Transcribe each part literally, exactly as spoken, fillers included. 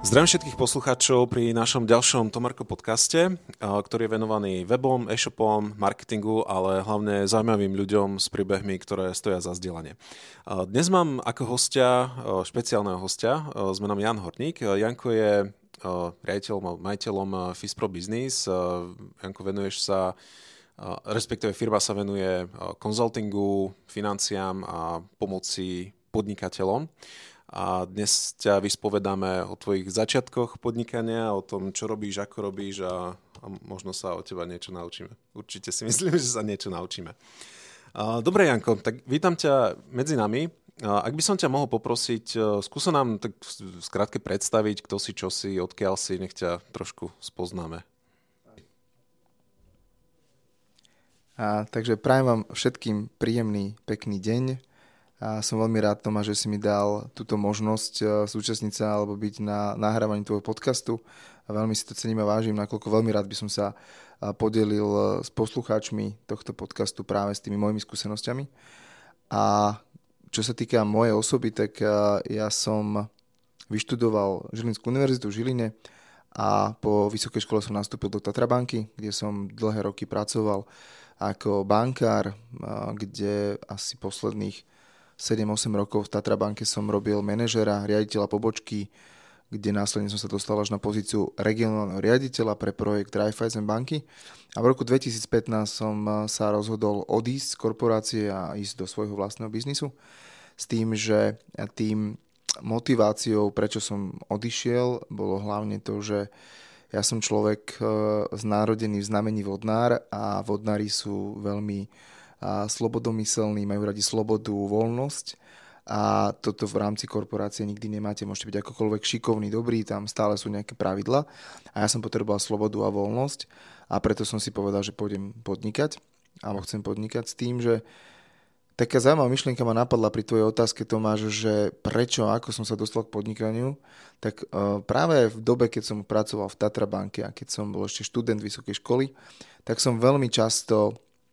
Zdravím všetkých poslucháčov pri našom ďalšom Tomarko podcaste, ktorý je venovaný webom, e-shopom, marketingu, ale hlavne zaujímavým ľuďom s príbehmi, ktoré stoja za zdieľanie. Dnes mám ako hostia, špeciálneho hostia, s menom Jan Horník. Janko je riaditeľom, majiteľom FISPRO Business. Janko, venuješ sa, respektíve firma sa venuje konzultingu, financiám a pomoci podnikateľom. A dnes ťa vyspovedáme o tvojich začiatkoch podnikania, o tom, čo robíš, ako robíš a, a možno sa od teba niečo naučíme. Určite si myslím, že sa niečo naučíme. Dobre, Janko, tak vítam ťa medzi nami. Ak by som ťa mohol poprosiť, skúsa nám tak skrátke predstaviť, kto si, čo si, odkiaľ si, nech ťa trošku spoznáme. A, takže prajem vám všetkým príjemný, pekný deň. A som veľmi rád, Tomáš, že si mi dal túto možnosť zúčastniť sa alebo byť na nahrávaní tvojho podcastu. A veľmi si to cením a vážim, nakoľko veľmi rád by som sa podelil s poslucháčmi tohto podcastu práve s tými mojimi skúsenosťami. A čo sa týka mojej osoby, tak ja som vyštudoval Žilinskú univerzitu v Žiline a po vysokej škole som nastúpil do Tatrabanky, kde som dlhé roky pracoval ako bankár, kde asi posledných sedem osem rokov v Tatrabanke som robil manažera, riaditeľa pobočky, kde následne som sa dostal až na pozíciu regionálneho riaditeľa pre projekt Raiffeisen banky. A v roku dvetisícpätnásť som sa rozhodol odísť z korporácie a ísť do svojho vlastného biznisu. S tým, že tým motiváciou, prečo som odišiel, bolo hlavne to, že ja som človek narodený v znamení vodnár a vodnári sú veľmi a slobodomyselní, majú radi slobodu, voľnosť a toto v rámci korporácie nikdy nemáte. Môžete byť akokoľvek šikovný, dobrý, tam stále sú nejaké pravidlá a ja som potreboval slobodu a voľnosť a preto som si povedal, že pôjdem podnikať alebo chcem podnikať s tým, že taká zaujímavá myšlienka ma napadla pri tvojej otázke, Tomáš, že prečo, ako som sa dostal k podnikaniu, tak uh, práve v dobe, keď som pracoval v Tatrabanke a keď som bol ešte študent vysokej školy, tak som veľmi často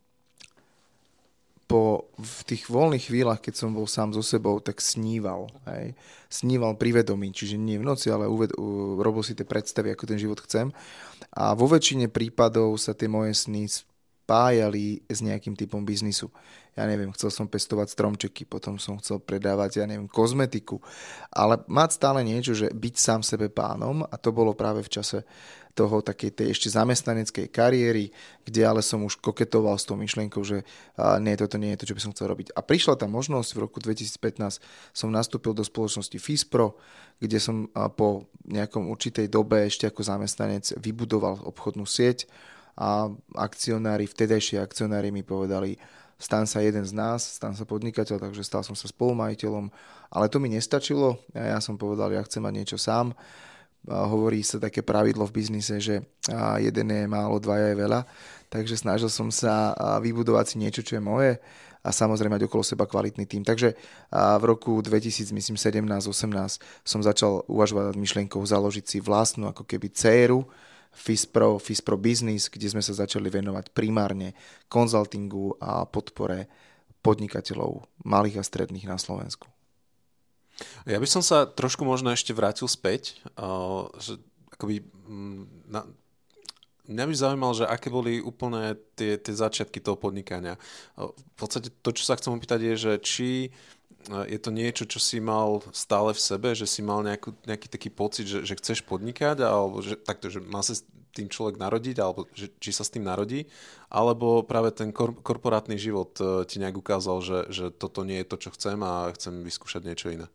po v tých voľných chvíľach, keď som bol sám so sebou, tak sníval. Hej. Sníval pri vedomí, čiže nie v noci, ale uved, u, robil si tie predstavy, ako ten život chcem. A vo väčšine prípadov sa tie moje sny spájali s nejakým typom biznisu. Ja neviem, chcel som pestovať stromčeky, potom som chcel predávať, ja neviem, kozmetiku. Ale mať stále niečo, že byť sám sebe pánom, a to bolo práve v čase toho takej tej ešte zamestnaneckej kariéry, kde ale som už koketoval s tou myšlienkou, že uh, nie, toto nie je to, čo by som chcel robiť. A prišla tá možnosť, v roku dvetisícpätnásť som nastúpil do spoločnosti FISPRO, kde som uh, po nejakom určitej dobe ešte ako zamestnanec vybudoval obchodnú sieť a akcionári, vtedajšie akcionári mi povedali, stan sa jeden z nás, stan sa podnikateľ, takže stal som sa spolumajiteľom, ale to mi nestačilo a ja som povedal, ja chcem mať niečo sám. Hovorí sa také pravidlo v biznise, že jeden je málo, dvaja je veľa, takže snažil som sa vybudovať si niečo, čo je moje a samozrejme mať okolo seba kvalitný tím. Takže v roku dvetisícsedemnásť osemnásť som začal uvažovať nad myšlienkou založiť si vlastnú ako keby dcéru FISPRO, FISPRO Business, kde sme sa začali venovať primárne konzultingu a podpore podnikateľov malých a stredných na Slovensku. Ja by som sa trošku možno ešte vrátil späť, uh, že akoby na, mňa by zaujímalo, že aké boli úplne tie, tie začiatky toho podnikania. Uh, v podstate to, čo sa chcem opýtať je, že či je to niečo, čo si mal stále v sebe, že si mal nejakú, nejaký taký pocit, že, že chceš podnikať, alebo že, takto, že má sa s tým človek narodiť, alebo že, či sa s tým narodí, alebo práve ten kor, korporátny život ti nejak ukázal, že, že toto nie je to, čo chcem a chcem vyskúšať niečo iné.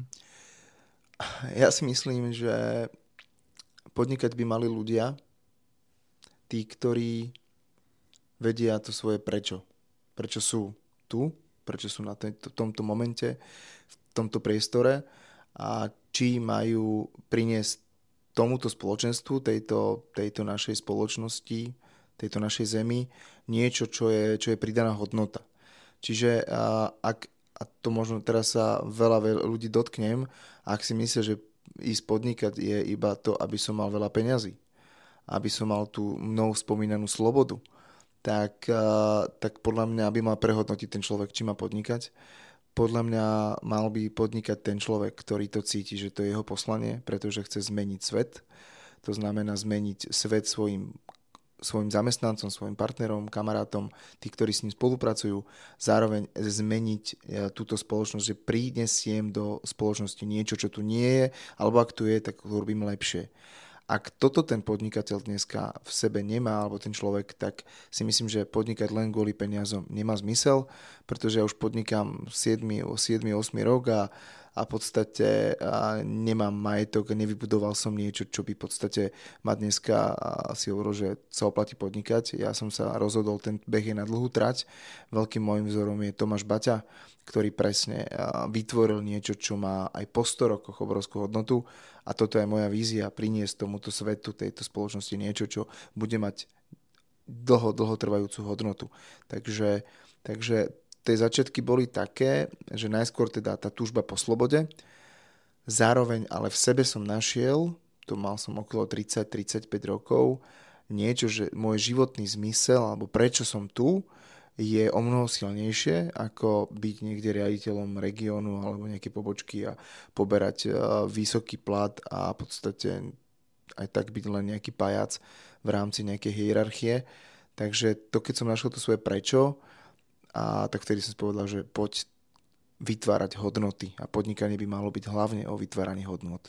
Ja si myslím, že podnikať by mali ľudia, tí, ktorí vedia to svoje prečo. Prečo sú tu, prečo sú na tejto, tomto momente, v tomto priestore a či majú priniesť tomuto spoločenstvu, tejto, tejto našej spoločnosti, tejto našej zemi niečo, čo je, čo je pridaná hodnota. Čiže a, ak, a to možno teraz sa veľa, veľa ľudí dotknem, ak si myslia, že ísť podnikať je iba to, aby som mal veľa peňazí, aby som mal tú mnou spomínanú slobodu, tak, tak podľa mňa by mal prehodnotiť ten človek, či má podnikať, podľa mňa mal by podnikať ten človek, ktorý to cíti, že to je jeho poslanie, pretože chce zmeniť svet. To znamená zmeniť svet svojim svojim zamestnancom, svojim partnerom, kamarátom, tí, ktorí s ním spolupracujú, zároveň zmeniť túto spoločnosť, že prinesiem do spoločnosti niečo, čo tu nie je, alebo ak tu je, tak to robím lepšie. Ak toto ten podnikateľ dneska v sebe nemá, alebo ten človek, tak si myslím, že podnikať len kvôli peniazom nemá zmysel, pretože ja už podnikám siedmy osem rok a a v podstate nemám majetok, nevybudoval som niečo, čo by v podstate ma dneska si hovoril, že sa oplatí podnikať. Ja som sa rozhodol, ten beh je na dlhú trať. Veľkým môjim vzorom je Tomáš Baťa, ktorý presne vytvoril niečo, čo má aj po sto rokoch obrovskú hodnotu a toto je moja vízia, priniesť tomuto svetu, tejto spoločnosti niečo, čo bude mať dlho, dlhotrvajúcu hodnotu. Takže, takže tie začiatky boli také, že najskôr teda tá túžba po slobode, zároveň ale v sebe som našiel, to mal som okolo tridsať tridsaťpäť rokov, niečo, že môj životný zmysel, alebo prečo som tu, je o mnoho silnejšie, ako byť niekde riaditeľom regiónu alebo nejaké pobočky a poberať vysoký plat a v podstate aj tak byť len nejaký pajac v rámci nejakej hierarchie. Takže to, keď som našiel to svoje prečo, a tak vtedy som si povedal, že poď vytvárať hodnoty a podnikanie by malo byť hlavne o vytváraní hodnot.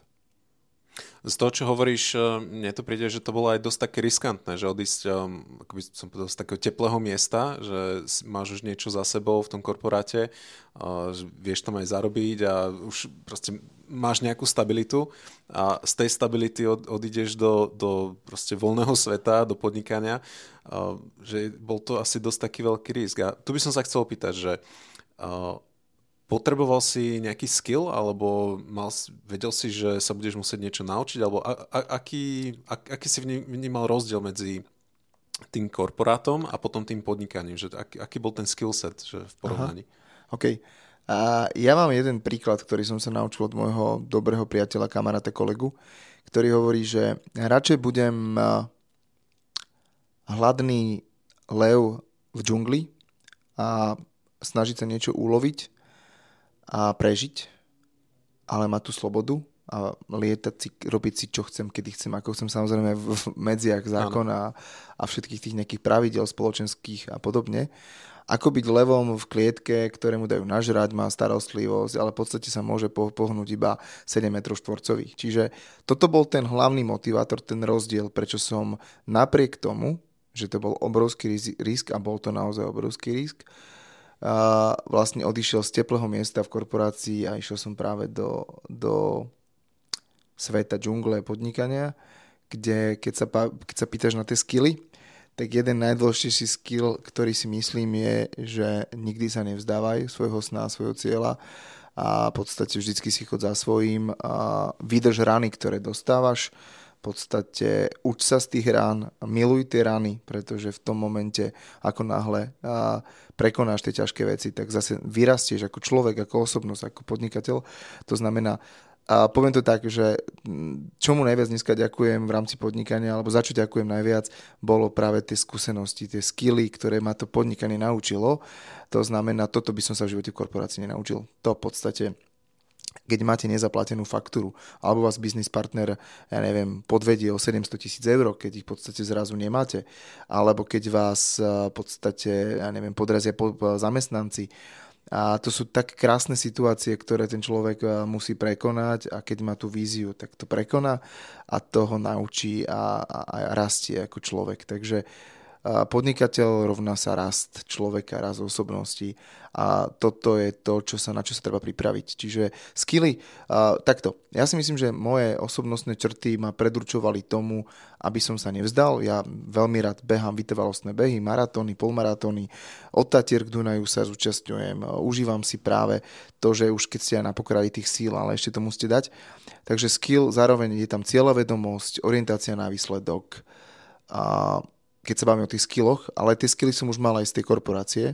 Z toho, čo hovoríš, mne to príde, že to bolo aj dosť také riskantné, že odísť, ako by som povedal, z takého teplého miesta, že máš už niečo za sebou v tom korporáte, že vieš tam aj zarobiť a už proste máš nejakú stabilitu a z tej stability od, odídeš do, do proste voľného sveta, do podnikania, že bol to asi dosť taký veľký risk. A tu by som sa chcel opýtať, že potreboval si nejaký skill, alebo mal, vedel si, že sa budeš musieť niečo naučiť, alebo a, a, aký, a, aký si vnímal rozdiel medzi tým korporátom a potom tým podnikaním, že aký, aký bol ten skill set že v porovnaní? Aha. OK. A ja mám jeden príklad, ktorý som sa naučil od môjho dobrého priateľa, kamaráta, kolegu, ktorý hovorí, že radšej budem hladný lev v džungli a snažiť sa niečo uloviť a prežiť, ale mať tú slobodu a lietať si, robiť si, čo chcem, kedy chcem, ako chcem, samozrejme v medziach zákona a všetkých tých nejakých pravidel spoločenských a podobne. Ako byť levom v klietke, ktorému dajú nažrať, má starostlivosť, ale v podstate sa môže pohnúť iba sedem metrov štvorcových. Čiže toto bol ten hlavný motivátor, ten rozdiel, prečo som napriek tomu, že to bol obrovský risk a bol to naozaj obrovský risk, a vlastne odišiel z teplého miesta v korporácii a išiel som práve do, do sveta džungle podnikania, kde keď sa, keď sa pýtaš na tie skilly, tak jeden najdôležitejší skill, ktorý si myslím je, že nikdy sa nevzdávaj svojho sna, svojho cieľa a v podstate vždycky si chod za svojím a vydrž rany, ktoré dostávaš. V podstate uč sa z tých rán, miluj tie rany, pretože v tom momente, ako náhle prekonáš tie ťažké veci, tak zase vyrastieš ako človek, ako osobnosť, ako podnikateľ. To znamená, a poviem to tak, že čomu najviac dneska ďakujem v rámci podnikania, alebo za čo ďakujem najviac, bolo práve tie skúsenosti, tie skilly, ktoré ma to podnikanie naučilo. To znamená, toto by som sa v živote v korporácii nenaučil. To v podstate, keď máte nezaplatenú faktúru, alebo vás business partner, ja neviem, podvedie o sedemsto tisíc eur, keď ich v podstate zrazu nemáte, alebo keď vás v podstate, ja neviem, podrazia zamestnanci. A to sú tak krásne situácie, ktoré ten človek musí prekonať a keď má tú víziu, tak to prekoná a to ho naučí a, a, a rastie ako človek. Takže podnikateľ rovná sa rast človeka, rast osobnosti a toto je to, čo sa, na čo sa treba pripraviť. Čiže skilly, uh, takto. Ja si myslím, že moje osobnostné črty ma predurčovali tomu, aby som sa nevzdal. Ja veľmi rád behám vytrvalostné behy, maratóny, polmaratóny. Od Tatier k Dunaju sa zúčastňujem. Užívam si práve to, že už keď ste aj na pokraji tých síl, ale ešte to musíte dať. Takže skill, zároveň je tam cieľavedomosť, orientácia na výsledok a keď sa bavíme o tých skilloch, ale tie skilly som už mal aj z tej korporácie.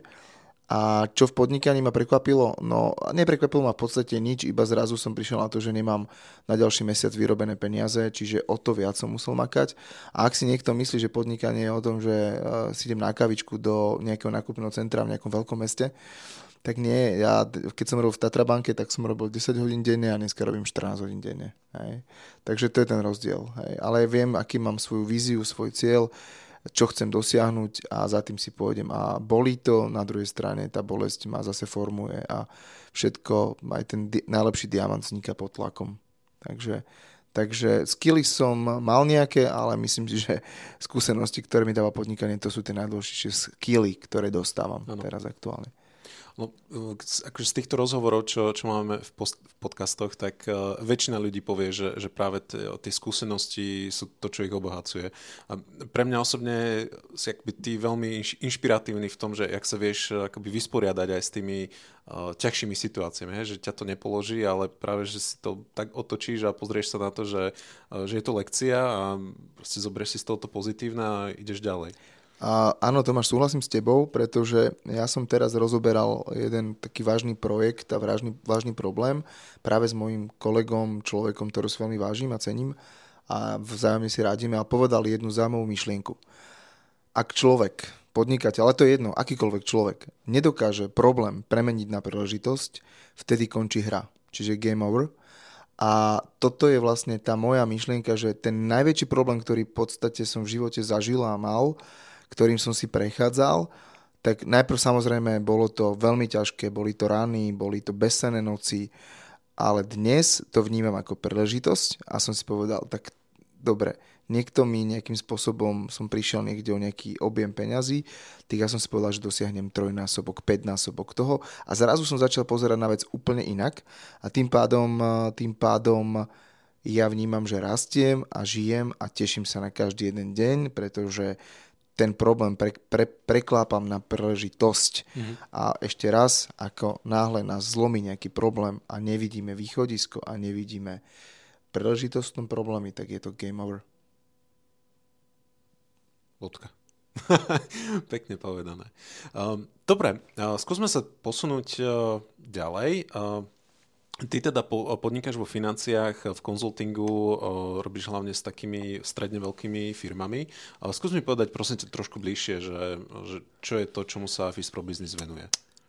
A čo v podnikaní ma prekvapilo? No, neprekvapilo ma v podstate nič, iba zrazu som prišiel na to, že nemám na ďalší mesiac vyrobené peniaze, čiže o to viac som musel makať. A ak si niekto myslí, že podnikanie je o tom, že si idem na kavičku do nejakého nákupného centra v nejakom veľkom meste, Tak nie, ja keď som robil v Tatrabanke, tak som robil desať hodín denne a dneska robím štrnásť hodín denne. Hej. Takže to je ten rozdiel. Hej. Ale viem, aký mám svoju víziu, svoj cieľ, čo chcem dosiahnuť a za tým si pôjdem. A bolí to, na druhej strane tá bolesť ma zase formuje a všetko, aj ten di- najlepší diamant vzniká pod tlakom. Takže, takže skilly som mal nejaké, ale myslím si, že skúsenosti, ktoré mi dáva podnikanie, to sú tie najdôležitejšie skilly, ktoré dostávam ano. Teraz aktuálne. No, akože z týchto rozhovorov, čo, čo máme v, post, v podcastoch, tak uh, väčšina ľudí povie, že, že práve tie skúsenosti sú to, čo ich obohacuje. A pre mňa osobne si akoby ty veľmi inš, inšpiratívny v tom, že jak sa vieš akoby vysporiadať aj s tými uh, ťažšími situáciami, he? Že ťa to nepoloží, ale práve, že si to tak otočíš a pozrieš sa na to, že, uh, že je to lekcia a proste zoberieš si z toho to pozitívne a ideš ďalej. A áno, Tomáš, súhlasím s tebou, pretože ja som teraz rozoberal jeden taký vážny projekt a vážny, vážny problém práve s mojím kolegom, človekom, ktorý si veľmi vážim a cením a vzájomne si radíme a povedal jednu zaujímavú myšlienku. Ak človek, podnikateľ, ale to je jedno, akýkoľvek človek, nedokáže problém premeniť na príležitosť, vtedy končí hra, čiže game over. A toto je vlastne tá moja myšlienka, že ten najväčší problém, ktorý v podstate som v živote zažil a mal, ktorým som si prechádzal, tak najprv samozrejme bolo to veľmi ťažké, boli to rany, boli to bezsenné noci, ale dnes to vnímam ako príležitosť a som si povedal, tak dobre, niekto mi nejakým spôsobom, som prišiel niekde o nejaký objem peňazí, tak ja som si povedal, že dosiahnem trojnásobok, päťnásobok toho a zrazu som začal pozerať na vec úplne inak a tým pádom, tým pádom ja vnímam, že rastiem a žijem a teším sa na každý jeden deň, pretože ten problém pre, pre, preklápam na príležitosť. Mm-hmm. A ešte raz, ako náhle nás zlomí nejaký problém a nevidíme východisko a nevidíme príležitosť v tom probléme, tak je to game over. Bodka. Pekne povedané. Um, dobre, uh, skúsme sa posunúť uh, ďalej. Uh, Ty teda podnikáš vo financiách, v konzultingu, robíš hlavne s takými stredne veľkými firmami. Skús mi povedať prosím ťa trošku bližšie, že, že čo je to, čomu sa Fispro Business venuje.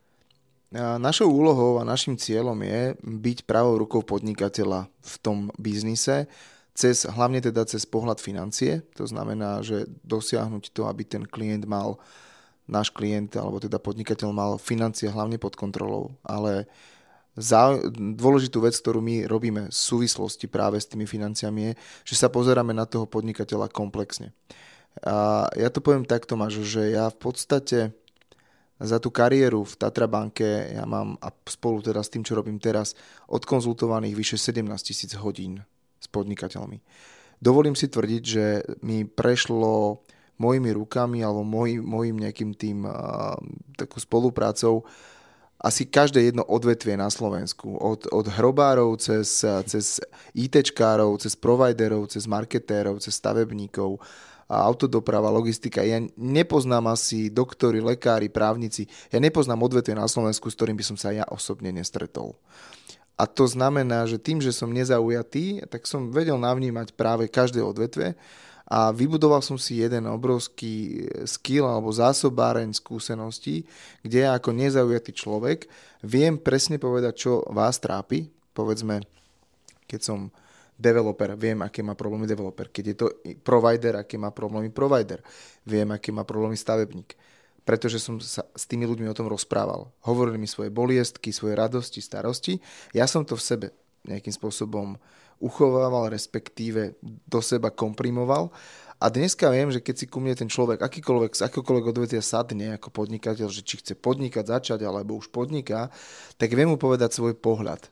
Našou úlohou a našim cieľom je byť pravou rukou podnikateľa v tom biznise, cez, hlavne teda cez pohľad financie. To znamená, že dosiahnuť to, aby ten klient mal, náš klient alebo teda podnikateľ mal financie hlavne pod kontrolou, ale Zau... dôležitú vec, ktorú my robíme v súvislosti práve s tými financiami je, že sa pozeráme na toho podnikateľa komplexne. A ja to poviem tak, Tomáš, že ja v podstate za tú kariéru v Tatrabanke ja mám a spolu teda s tým, čo robím teraz, odkonzultovaných vyše sedemnásť tisíc hodín s podnikateľmi. Dovolím si tvrdiť, že mi prešlo mojimi rukami alebo moj, mojim nejakým tým uh, takú spoluprácou asi každé jedno odvetvie na Slovensku. Od, od hrobárov cez, cez ITčkárov, cez providerov, cez marketérov, cez stavebníkov, autodoprava, logistika. Ja nepoznám asi doktori, lekári, právnici. Ja nepoznám odvetvie na Slovensku, s ktorým by som sa ja osobne nestretol. A to znamená, že tým, že som nezaujatý, tak som vedel navnímať práve každé odvetvie a vybudoval som si jeden obrovský skill alebo zásobáreň skúseností, kde ja ako nezaujatý človek viem presne povedať, čo vás trápi. Povedzme, keď som developer, viem, aké má problémy developer. Keď je to provider, aké má problémy provider. Viem, aké má problémy stavebník. Pretože som sa s tými ľuďmi o tom rozprával. Hovorili mi svoje boliestky, svoje radosti, starosti. Ja som to v sebe nejakým spôsobom uchovával, respektíve do seba komprimoval. A dneska viem, že keď si ku mne ten človek akýkoľvek, z akokoľvek odvetvia sadne ako podnikateľ, že či chce podnikať, začať, alebo už podniká, tak viem mu povedať svoj pohľad.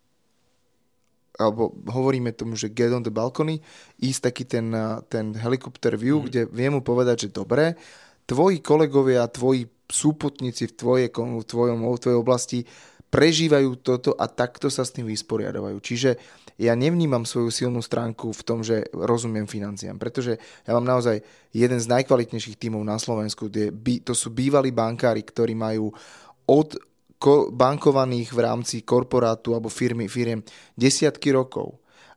Alebo hovoríme tomu, že get on the balcony, ísť taký ten, ten helicopter view, mm. kde viem mu povedať, že dobre, tvoji kolegovia, tvoji súputníci v, tvoje, v, tvojom, v tvojej oblasti prežívajú toto a takto sa s tým vysporiadávajú. Čiže ja nevnímam svoju silnú stránku v tom, že rozumiem financiám, pretože ja mám naozaj jeden z najkvalitnejších tímov na Slovensku, kde to sú bývalí bankári, ktorí majú od bankovaných v rámci korporátu alebo firmy, firiem desiatky rokov.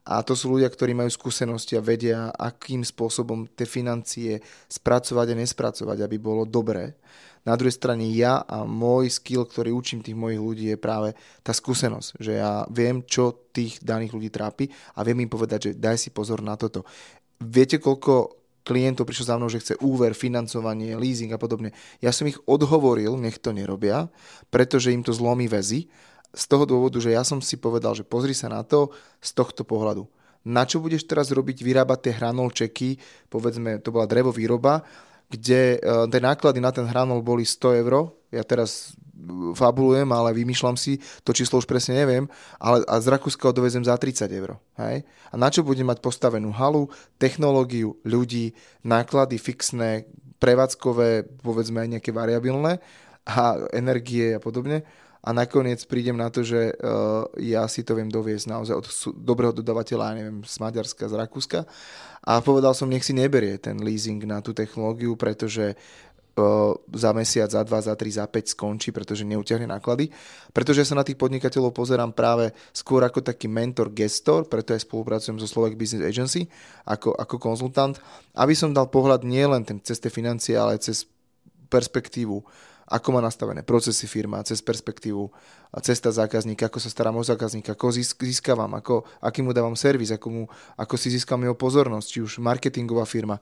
A to sú ľudia, ktorí majú skúsenosti a vedia, akým spôsobom tie financie spracovať a nespracovať, aby bolo dobré. Na druhej strane ja a môj skill, ktorý učím tých mojich ľudí, je práve tá skúsenosť, že ja viem, čo tých daných ľudí trápi a viem im povedať, že daj si pozor na toto. Viete, koľko klientov prišlo za mnou, že chce úver, financovanie, leasing a podobne. Ja som ich odhovoril, nech to nerobia, pretože im to zlomí väzy. Z toho dôvodu, že ja som si povedal, že pozri sa na to z tohto pohľadu. Na čo budeš teraz robiť, vyrábať tie hranolčeky, povedzme, to bola drevovýroba, kde tie náklady na ten hranol boli sto eur. Ja teraz fabulujem, ale vymýšľam si, to číslo už presne neviem, ale a z Rakúska ho dovezem za tridsať eur. Hej? A na čo budem mať postavenú halu, technológiu, ľudí, náklady fixné, prevádzkové, povedzme aj nejaké variabilné a energie a podobne. A nakoniec prídem na to, že uh, ja si to viem doviesť naozaj od sú, dobrého dodávateľa, ja neviem, z Maďarska, z Rakúska. A povedal som, nech si neberie ten leasing na tú technológiu, pretože uh, za mesiac, za dva, za tri, za päť skončí, pretože neutiahne náklady. Pretože sa na tých podnikateľov pozerám práve skôr ako taký mentor, gestor, preto aj spolupracujem so Slovak Business Agency ako, ako konzultant, aby som dal pohľad nielen ten, cez tie financie, ale cez perspektívu, ako má nastavené procesy firma, cez perspektívu, cesta zákazníka, ako sa starám o zákazníka, ako získavam, ako, aký mu dávam servis, ako, mu, ako si získam jeho pozornosť, či už marketingová firma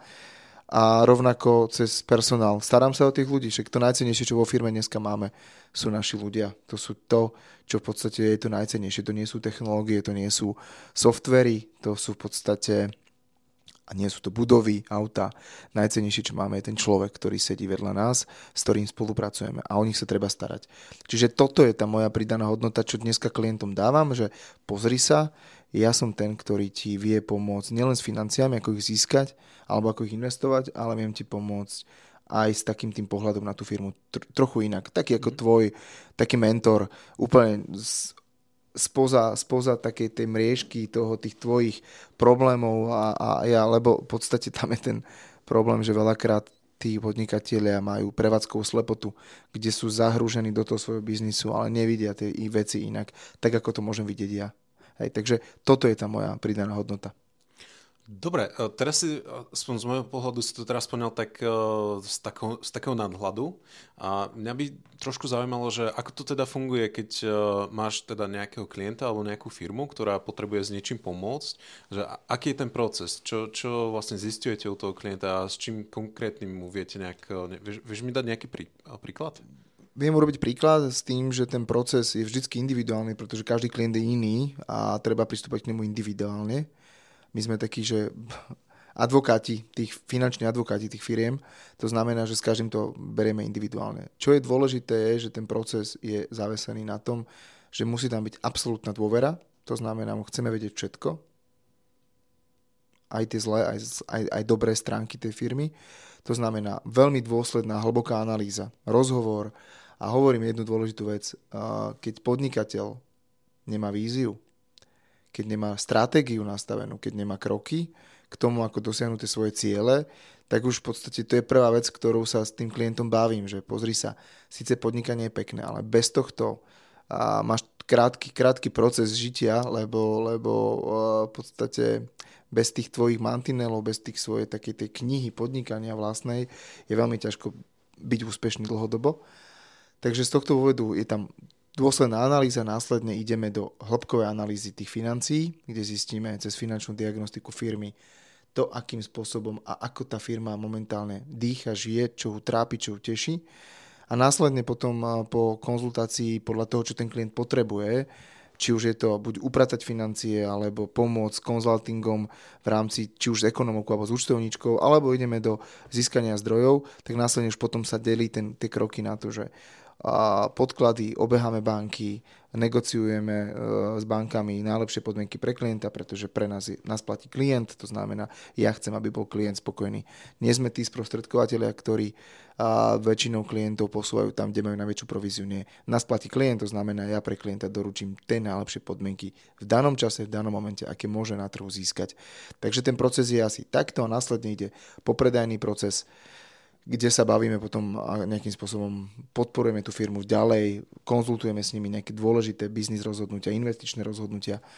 a rovnako cez personál. Starám sa o tých ľudí, však to najcennejšie, čo vo firme dneska máme, sú naši ľudia. To sú to, čo v podstate je to najcennejšie. To nie sú technológie, to nie sú softvery, to sú v podstate... A nie sú to budovy, auta. Najcennejšie, čo máme, je ten človek, ktorý sedí vedľa nás, s ktorým spolupracujeme a o nich sa treba starať. Čiže toto je tá moja pridaná hodnota, čo dneska klientom dávam, že pozri sa, ja som ten, ktorý ti vie pomôcť nielen s financiami, ako ich získať, alebo ako ich investovať, ale viem ti pomôcť aj s takým tým pohľadom na tú firmu tr- trochu inak. Taký ako tvoj, taký mentor, úplne z, spoza, spoza takej tej mriežky toho, tých tvojich problémov a, a ja, lebo v podstate tam je ten problém, že veľakrát tí podnikatelia majú prevádzkovú slepotu, kde sú zahrúžení do toho svojho biznisu, ale nevidia tie veci inak, tak ako to môžem vidieť ja. Hej, takže toto je tá moja pridaná hodnota. Dobre, teraz si, aspoň z môjho pohľadu si to teraz spomínal tak, z, takého, z takého nadhľadu a mňa by trošku zaujímalo, že ako to teda funguje, keď máš teda nejakého klienta alebo nejakú firmu, ktorá potrebuje s niečím pomôcť, že aký je ten proces, čo, čo vlastne zisťujete u toho klienta a s čím konkrétnym mu viete nejak, vieš, vieš mi dať nejaký prí, príklad? Viem urobiť príklad s tým, že ten proces je vždycky individuálny, pretože každý klient je iný a treba pristúpať k nemu individuálne. My sme takí, že advokáti, tých finanční advokáti tých firiem, to znamená, že s každým to berieme individuálne. Čo je dôležité je, že ten proces je zavesený na tom, že musí tam byť absolútna dôvera, to znamená, že chceme vedieť všetko, aj tie zlé, aj, aj, aj dobré stránky tej firmy. To znamená veľmi dôsledná, hlboká analýza, rozhovor a hovorím jednu dôležitú vec, keď podnikateľ nemá víziu, keď nemá stratégiu nastavenú, keď nemá kroky k tomu, ako dosiahnuť tie svoje ciele, tak už v podstate to je prvá vec, ktorou sa s tým klientom bavím, že pozri sa, síce podnikanie je pekné, ale bez tohto a máš krátky, krátky proces žitia, lebo, lebo v podstate bez tých tvojich mantinelov, bez tých svojej takej tej knihy podnikania vlastnej je veľmi ťažko byť úspešný dlhodobo. Takže z tohto dôvodu je tam dôsledná analýza, následne ideme do hĺbkovej analýzy tých financií, kde zistíme cez finančnú diagnostiku firmy to, akým spôsobom a ako tá firma momentálne dýcha, žije, čo ho trápi, čo ho teší. A následne potom po konzultácii podľa toho, čo ten klient potrebuje, či už je to buď upratať financie, alebo pomôcť s konzultingom v rámci či už s ekonomkou alebo s účtovníčkou, alebo ideme do získania zdrojov, tak následne už potom sa delí ten, tie kroky na to, že a podklady, obeháme banky, negociujeme s bankami najlepšie podmienky pre klienta, pretože pre nás, je, nás platí klient, to znamená, ja chcem, aby bol klient spokojný. Nie sme tí sprostredkovateľia, ktorí a väčšinou klientov posúvajú tam, kde majú najväčšiu províziu. Nie. Nás platí klient, to znamená, ja pre klienta doručím tie najlepšie podmienky v danom čase, v danom momente, aké môže na trhu získať. Takže ten proces je asi takto a následne ide popredajný proces, kde sa bavíme potom a nejakým spôsobom podporujeme tú firmu ďalej, konzultujeme s nimi nejaké dôležité biznis rozhodnutia, investičné rozhodnutia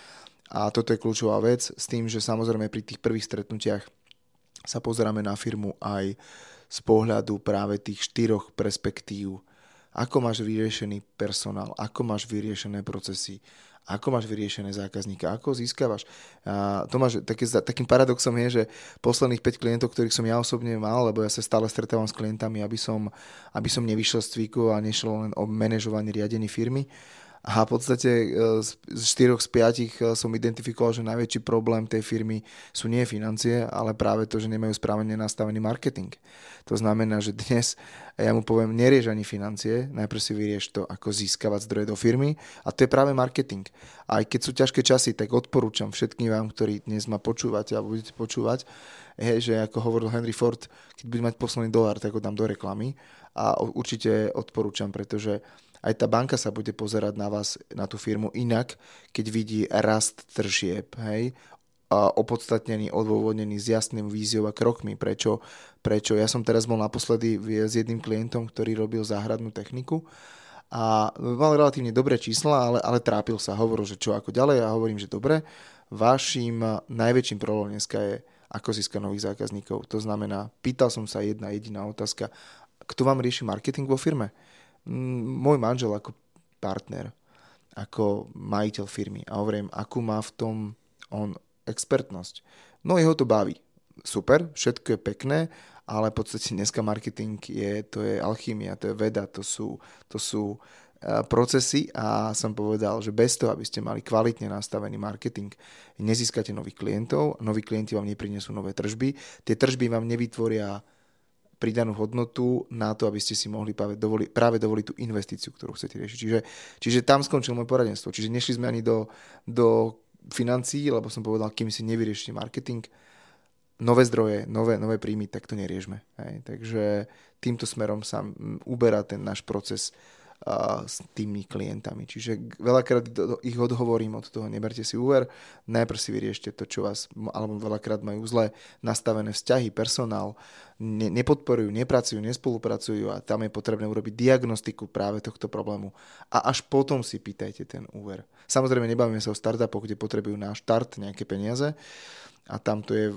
A toto je kľúčová vec s tým, že samozrejme pri tých prvých stretnutiach sa pozeráme na firmu aj z pohľadu práve tých štyroch perspektív. Ako máš vyriešený personál, ako máš vyriešené procesy, ako máš vyriešené zákazníka, ako získavaš. A Tomáš, taký, takým paradoxom je, že posledných päť klientov, ktorých som ja osobne mal, lebo ja sa stále stretávam s klientami, aby som, aby som nevyšiel z cviku a nešlo len o manažovanie, riadenie firmy. A v podstate z štyroch z piatich som identifikoval, že najväčší problém tej firmy sú nie financie, ale práve to, že nemajú správne nastavený marketing. To znamená, že dnes ja mu poviem, nerieš ani financie, najprv si vyrieš to, ako získavať zdroje do firmy a to je práve marketing. A aj keď sú ťažké časy, tak odporúčam všetkým vám, ktorí dnes ma počúvate a budete počúvať, hej, že ako hovoril Henry Ford, keď bude mať posledný dolár, tak ho dám do reklamy a určite odporúčam, pretože aj tá banka sa bude pozerať na vás, na tú firmu inak, keď vidí rast tržieb, hej, a opodstatnený, odôvodnený s jasným víziou a krokmi. Prečo, prečo? Ja som teraz bol naposledy s jedným klientom, ktorý robil záhradnú techniku a mal relatívne dobré čísla, ale, ale trápil sa. Hovoril, že čo ako ďalej a hovorím, že dobre. Vaším najväčším problémom dneska je, ako získať nových zákazníkov. To znamená, pýtal som sa jedna jediná otázka, kto vám rieši marketing vo firme? Môj manžel ako partner, ako majiteľ firmy a hovorím, akú má v tom on expertnosť. No jeho to baví. Super, všetko je pekné, ale v podstate dneska marketing je, to je alchymia, to je veda, to sú, to sú uh, procesy a som povedal, že bez toho, aby ste mali kvalitne nastavený marketing, nezískate nových klientov, noví klienti vám neprinesú nové tržby, tie tržby vám nevytvoria pridanú hodnotu na to, aby ste si mohli práve dovoliť, práve dovoliť tú investíciu, ktorú chcete riešiť. Čiže, čiže tam skončil môj poradenstvo. Čiže nešli sme ani do, do financií, lebo som povedal, kým si nevyriešite marketing, nové zdroje, nové, nové príjmy, tak to neriežme. Hej. Takže týmto smerom sa uberá ten náš proces a, s tými klientami. Čiže veľakrát ich odhovorím od toho, neberte si úver, najprv si vyriešte to, čo vás, alebo veľakrát majú zle nastavené vzťahy, personál, ne, nepodporujú, nepracujú, nespolupracujú a tam je potrebné urobiť diagnostiku práve tohto problému. A až potom si pýtajte ten úver. Samozrejme, nebavíme sa o startupoch, kde potrebujú na štart nejaké peniaze a tam to je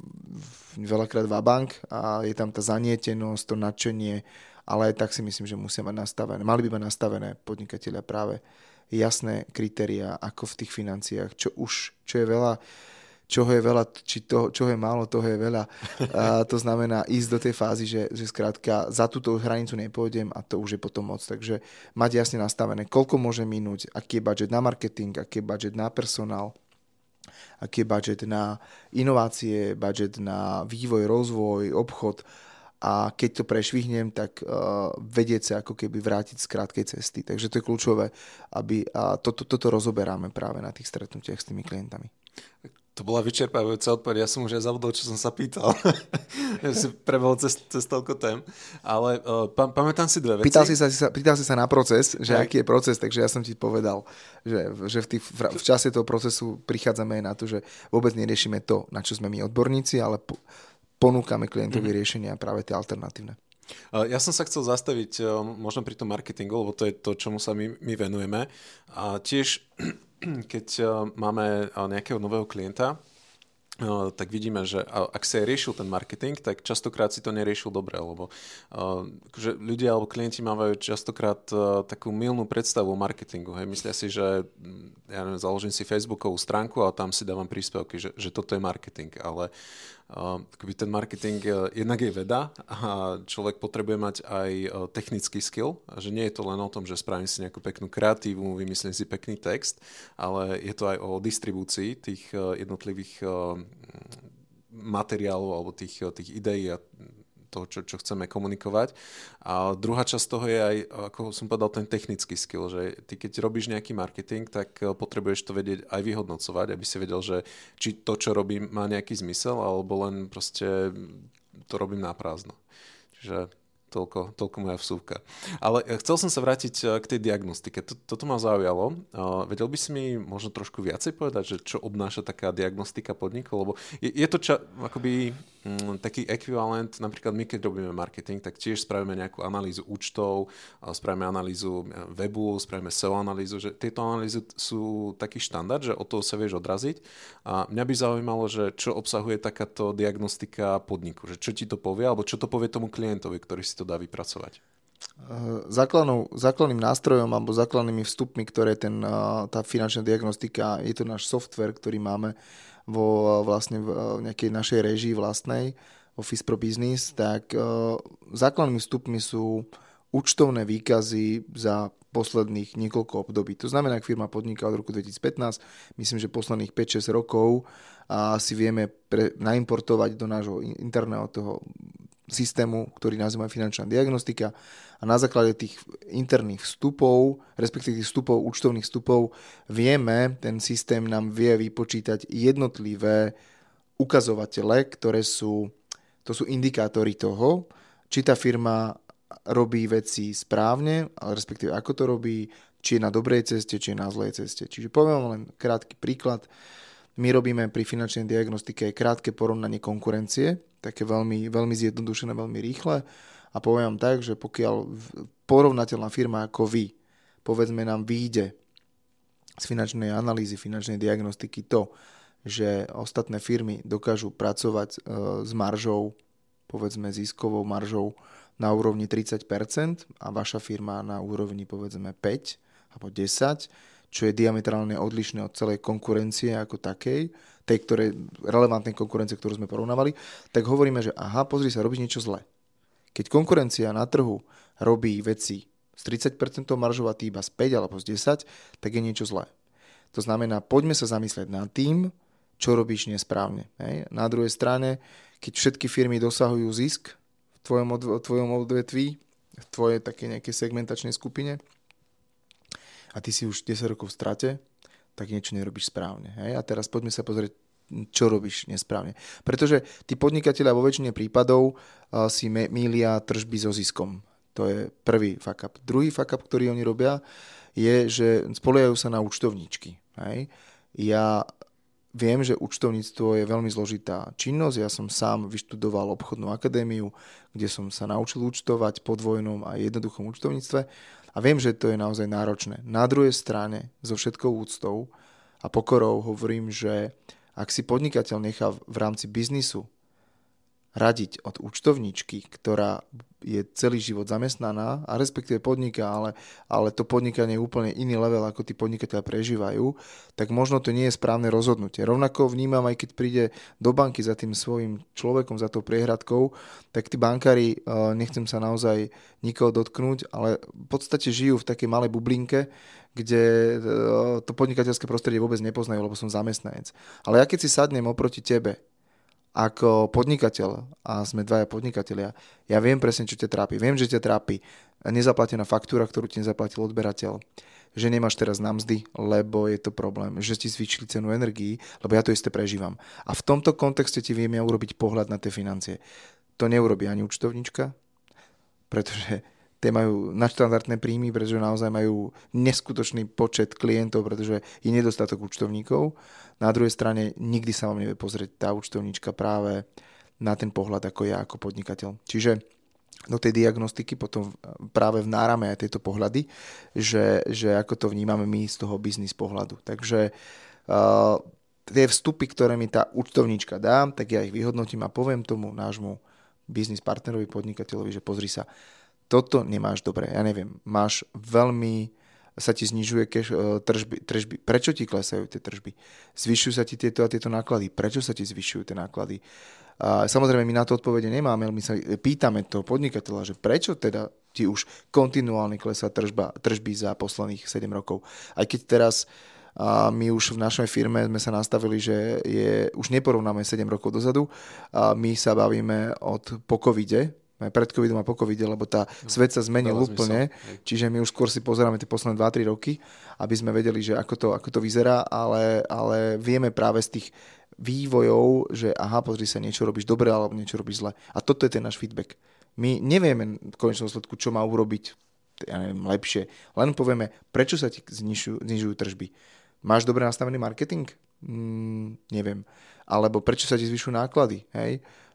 veľakrát vabank a je tam tá zanietenosť, to nadšenie, ale aj tak si myslím, že musia mať nastavené, mali by mať nastavené podnikatelia práve jasné kritériá, ako v tých financiách, čo už, čo je veľa, čoho je veľa, či to, čoho je málo, toho je veľa. A to znamená ísť do tej fázy, že, že skrátka za túto hranicu nepôjdem a to už je potom moc. Takže mať jasne nastavené, koľko môže minúť, aký je budget na marketing, aký je budget na personál, aký je budget na inovácie, budget na vývoj, rozvoj, obchod. A keď to prešvihnem, tak uh, vedieť sa ako keby vrátiť z krátkej cesty. Takže to je kľúčové, aby a toto, toto rozoberáme práve na tých stretnutiach s tými klientami. To bola vyčerpávajúca odpoveď. Ja som už aj zabudol, čo som sa pýtal. Ja si prebehol cez, cez toľko tém. Ale uh, pam, pamätám si dve veci. Pýtal si sa, pýtal si sa na proces, že tak. Aký je proces, takže ja som ti povedal, že, že v, tých, v čase toho procesu prichádzame aj na to, že vôbec neriešime to, na čo sme my odborníci, ale po, ponúkame klientovi mm. riešenia práve tie alternatívne. Ja som sa chcel zastaviť možno pri tom marketingu, lebo to je to, čomu sa my, my venujeme. A tiež, keď máme nejakého nového klienta, tak vidíme, že ak sa riešil ten marketing, tak častokrát si to neriešil dobre, lebo že ľudia alebo klienti mávajú častokrát takú mylnú predstavu o marketingu. Hej. Myslia si, že ja neviem, založím si Facebookovú stránku a tam si dávam príspevky, že, že toto je marketing, ale Uh, ten marketing uh, jednak je veda a človek potrebuje mať aj uh, technický skill, že nie je to len o tom, že spravím si nejakú peknú kreatívu, vymyslím si pekný text, ale je to aj o distribúcii tých uh, jednotlivých uh, materiálov alebo tých, uh, tých ideí a toho, čo, čo chceme komunikovať. A druhá časť toho je aj, ako som povedal, ten technický skill, že ty keď robíš nejaký marketing, tak potrebuješ to vedieť aj vyhodnocovať, aby si vedel, že či to, čo robím, má nejaký zmysel, alebo len proste to robím na prázdno. Čiže toľko, toľko moja vsúvka. Ale chcel som sa vrátiť k tej diagnostike. Toto ma zaujalo. Vedel by si mi možno trošku viacej povedať, že čo obnáša taká diagnostika podnikov? Lebo je, je to ča, akoby taký ekvivalent, napríklad my keď robíme marketing, tak tiež spravíme nejakú analýzu účtov, spravíme analýzu webu, spravíme es e o analýzu, že tieto analýzy sú taký štandard, že od toho sa vieš odraziť. A mňa by zaujímalo, že čo obsahuje takáto diagnostika podniku, že čo ti to povie, alebo čo to povie tomu klientovi, ktorý si to dá vypracovať. Základnou, základným nástrojom alebo základnými vstupmi, ktoré ten, tá finančná diagnostika, je to náš software, ktorý máme vo vlastne v nejakej našej réžii vlastnej, Office Pro Business, tak uh, základnými vstupmi sú účtovné výkazy za posledných niekoľko období. To znamená, ak firma podniká od roku dvetisícpätnásť, myslím, že posledných päť šesť rokov a si vieme pre, naimportovať do nášho interného toho systému, ktorý nazývame finančná diagnostika a na základe tých interných vstupov, respektíve tých vstupov, účtovných vstupov, vieme, ten systém nám vie vypočítať jednotlivé ukazovatele, ktoré sú, to sú indikátory toho, či tá firma robí veci správne, ale respektíve ako to robí, či je na dobrej ceste, či je na zlej ceste. Čiže poviem len krátky príklad. My robíme pri finančnej diagnostike krátke porovnanie konkurencie, také veľmi, veľmi zjednodušené, veľmi rýchle. A poviem tak, že pokiaľ porovnateľná firma ako vy, povedzme nám vyjde z finančnej analýzy, finančnej diagnostiky to, že ostatné firmy dokážu pracovať e, s maržou, povedzme ziskovou maržou na úrovni tridsať percent a vaša firma na úrovni povedzme päť alebo desať percent, čo je diametrálne odlišné od celej konkurencie ako takej, tej ktorej, relevantnej konkurencie, ktorú sme porovnávali, tak hovoríme, že aha, pozri sa, robíš niečo zlé. Keď konkurencia na trhu robí veci s tridsať percent maržou a ty iba z päť alebo z desať, tak je niečo zlé. To znamená, poďme sa zamyslieť nad tým, čo robíš nesprávne. Hej? Na druhej strane, keď všetky firmy dosahujú zisk v tvojom, odv- tvojom odvetví, v tvojej také nejakej segmentačnej skupine, a ty si už desať rokov v strate, tak niečo nerobíš správne. Hej? A teraz poďme sa pozrieť, čo robíš nesprávne. Pretože tí podnikatelia vo väčšine prípadov uh, si mýlia tržby so ziskom. To je prvý fuck up. Druhý fuck up, ktorý oni robia, je, že spoliehajú sa na účtovníčky. Hej? Ja viem, že účtovníctvo je veľmi zložitá činnosť. Ja som sám vyštudoval obchodnú akadémiu, kde som sa naučil účtovať po dvojnom a jednoduchom účtovníctve. A viem, že to je naozaj náročné. Na druhej strane, so všetkou úctou a pokorou hovorím, že ak si podnikateľ nechá v rámci biznisu radiť od účtovníčky, ktorá je celý život zamestnaná a respektíve podniká, ale, ale to podnikanie je úplne iný level, ako tí podnikatelia prežívajú, tak možno to nie je správne rozhodnutie. Rovnako vnímam, aj keď príde do banky za tým svojím človekom, za tou priehradkou, tak tí bankári, nechcem sa naozaj nikoho dotknúť, ale v podstate žijú v takej malej bublinke, kde to podnikateľské prostredie vôbec nepoznajú, lebo som zamestnanec. Ale ja keď si sadnem oproti tebe, ako podnikateľ, a sme dvaja podnikatelia, ja viem presne, čo ťa trápi. Viem, že ťa trápi nezaplatená faktúra, ktorú ti nezaplatil odberateľ. Že nemáš teraz na mzdy, lebo je to problém. Že ti zvýšili cenu energií, lebo ja to isté prežívam. A v tomto kontexte ti viem ja urobiť pohľad na tie financie. To neurobí ani účtovníčka, pretože tie majú nadštandardné príjmy, pretože naozaj majú neskutočný počet klientov, pretože je nedostatok účtovníkov. Na druhej strane nikdy sa vám nevie pozrieť tá účtovníčka práve na ten pohľad ako ja, ako podnikateľ. Čiže do tej diagnostiky potom práve vnárame aj tieto pohľady, že, že ako to vnímame my z toho biznis pohľadu. Takže uh, tie vstupy, ktoré mi tá účtovníčka dá, tak ja ich vyhodnotím a poviem tomu nášmu biznis partnerovi, podnikateľovi, že pozri sa, toto nemáš dobre, ja neviem, máš veľmi, sa ti znižuje cash, tržby, tržby. Prečo ti klesajú tie tržby? Zvyšujú sa ti tieto a tieto náklady. Prečo sa ti zvyšujú tie náklady? A samozrejme, my na to odpovede nemáme, ale my sa pýtame toho podnikateľa, že prečo teda ti už kontinuálne klesá tržba, tržby za posledných sedem rokov. Aj keď teraz a my už v našej firme sme sa nastavili, že je, už neporovnáme sedem rokov dozadu, a my sa bavíme od po covide, pred covidom a po covide, lebo tá svet sa zmenil úplne, čiže my už skôr si pozeráme tie posledné dva tri roky, aby sme vedeli, že ako to, ako to vyzerá, ale, ale vieme práve z tých vývojov, že aha, pozri sa, niečo robíš dobre alebo niečo robíš zle. A toto je ten náš feedback. My nevieme v konečnom dôsledku, čo má urobiť ja neviem, lepšie, len povieme, prečo sa ti znižujú, znižujú tržby. Máš dobre nastavený marketing? Mm, neviem. Alebo prečo sa ti zvyšujú náklady? Hej?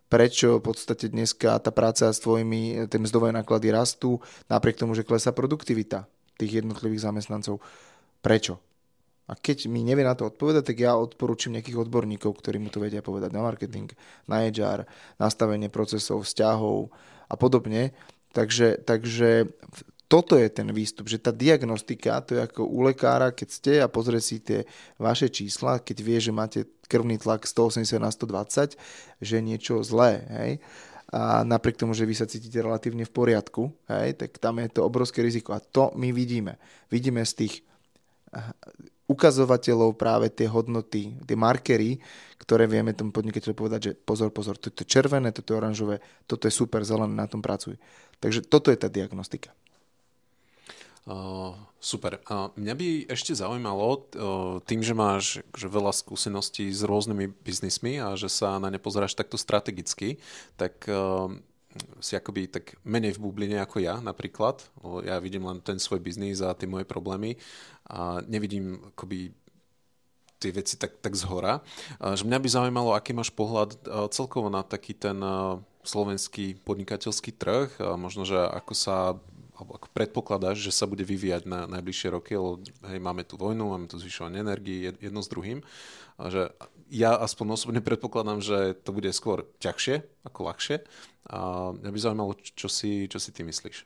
prečo v podstate dneska tá práca s tvojimi, tie mzdové náklady rastú, napriek tomu, že klesá produktivita tých jednotlivých zamestnancov. Prečo? A keď mi nevie na to odpovedať, tak ja odporúčam nejakých odborníkov, ktorí mu to vedia povedať na marketing, na há er, nastavenie procesov, vzťahov a podobne. Takže, takže toto je ten výstup, že tá diagnostika, to je ako u lekára, keď ste a pozrie si tie vaše čísla, keď vie, že máte krvný tlak stoosemdesiat na stodvadsať, že je niečo zlé, hej. A napriek tomu, že vy sa cítite relatívne v poriadku, hej, tak tam je to obrovské riziko. A to my vidíme. Vidíme z tých ukazovateľov práve tie hodnoty, tie markery, ktoré vieme tomu podnikateľu povedať, že pozor, pozor, toto je červené, toto je oranžové, toto je super zelené, na tom pracuj. Takže toto je tá diagnostika. Uh, super. Uh, mňa by ešte zaujímalo, uh, tým, že máš že veľa skúseností s rôznymi biznismi a že sa na ne pozeráš takto strategicky, tak uh, si akoby tak menej v bubline ako ja napríklad. Ja vidím len ten svoj biznis a tie moje problémy a nevidím akoby tie veci tak, tak zhora. Že mňa by zaujímalo, aký máš pohľad celkovo na taký ten slovenský podnikateľský trh. Možno, že ako sa alebo ako predpokladáš, že sa bude vyvíjať na najbližšie roky, lebo hej, máme tu vojnu, máme tu zvyšovanie energii jedno s druhým. A že ja aspoň osobne predpokladám, že to bude skôr ťažšie ako ľahšie. A mňa by zaujímalo, čo si, čo si ty myslíš.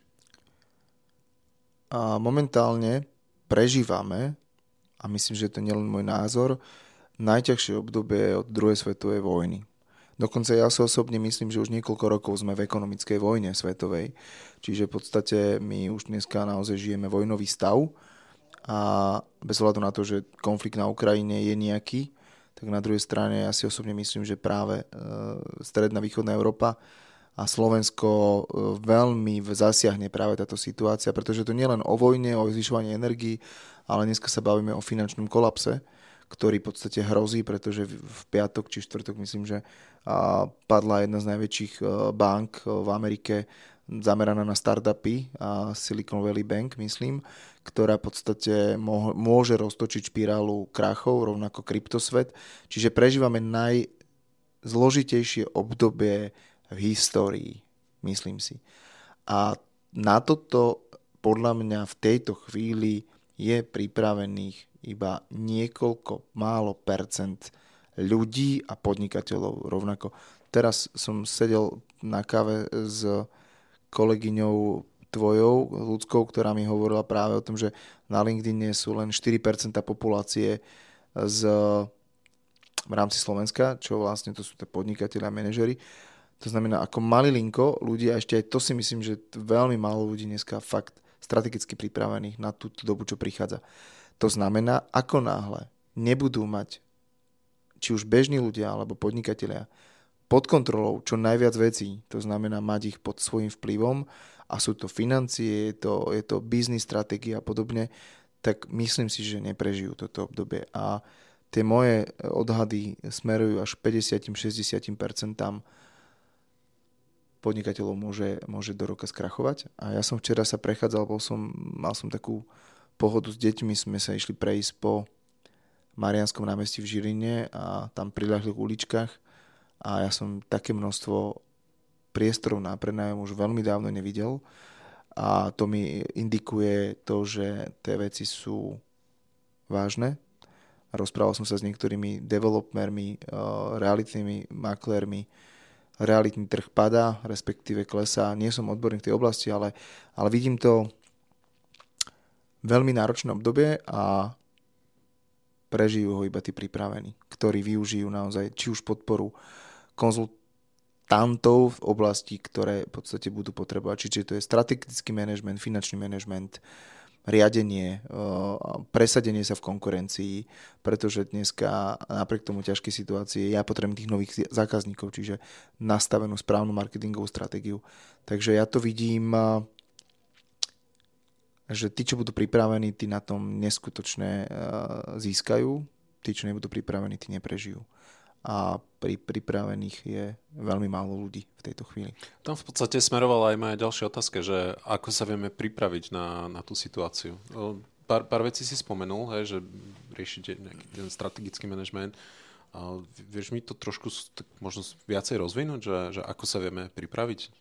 A momentálne prežívame, a myslím, že to nie len môj názor, najťažšie obdobie od druhej svetovej vojny. Dokonca ja si osobne myslím, že už niekoľko rokov sme v ekonomickej vojne svetovej. Čiže v podstate my už dneska naozaj žijeme vojnový stav a bez ohľadu na to, že konflikt na Ukrajine je nejaký, tak na druhej strane ja si osobne myslím, že práve stredná východná Európa a Slovensko veľmi zasiahne práve táto situácia, pretože to nie len o vojne, o zvyšovaní energií, ale dneska sa bavíme o finančnom kolapse, ktorý v podstate hrozí, pretože v piatok či štvrtok myslím, že padla jedna z najväčších bank v Amerike zameraná na startupy, Silicon Valley Bank, myslím, ktorá v podstate môže roztočiť špirálu krachov, rovnako kryptosvet. Čiže prežívame najzložitejšie obdobie v histórii, myslím si. A na toto podľa mňa v tejto chvíli je pripravených iba niekoľko málo percent ľudí a podnikateľov rovnako. Teraz som sedel na káve s kolegyňou tvojou, ľudskou, ktorá mi hovorila práve o tom, že na LinkedIne sú len štyri percentá populácie z, v rámci Slovenska, čo vlastne to sú tie podnikatelia a manažeri. To znamená, ako malilinko ľudí, a ešte aj to si myslím, že veľmi málo ľudí dneska fakt strategicky pripravených na tú dobu, čo prichádza. To znamená, ako náhle nebudú mať či už bežní ľudia alebo podnikatelia pod kontrolou čo najviac vecí, to znamená mať ich pod svojím vplyvom a sú to financie, je to, je to business stratégia a podobne, tak myslím si, že neprežijú toto obdobie. A tie moje odhady smerujú až päťdesiat až šesťdesiat percent podnikateľov môže, môže do roka skrachovať. A ja som včera sa prechádzal, bol som, mal som takú pohodu s deťmi, sme sa išli prejsť po Mariánskom námestí v Žiline a tam priľahlých uličkách a ja som také množstvo priestorov na prenájom už veľmi dávno nevidel a to mi indikuje to, že tie veci sú vážne. Rozprával som sa s niektorými developermi, realitnými maklérmi. Realitný trh padá, respektíve klesá. Nie som odborník v tej oblasti, ale, ale vidím to veľmi náročné obdobie a prežijú ho iba tí pripravení, ktorí využijú naozaj či už podporu konzultantov v oblasti, ktoré v podstate budú potrebovať. Čiže to je strategický manažment, finančný manažment, riadenie, presadenie sa v konkurencii, pretože dneska napriek tomu ťažkej situácii ja potrebujem tých nových zákazníkov, čiže nastavenú správnu marketingovú stratégiu. Takže ja to vidím, že tí, čo budú pripravení, tí na tom neskutočne získajú, tí, čo nebudú pripravení, tí neprežijú. A pri pripravených je veľmi málo ľudí v tejto chvíli. Tam v podstate smerovala aj moja ďalšia otázka, že ako sa vieme pripraviť na, na tú situáciu. Pár, pár vecí si spomenul, hej, že riešite nejaký ten strategický manažment, A vieš mi to trošku tak možno viacej rozvinúť, že, že ako sa vieme pripraviť?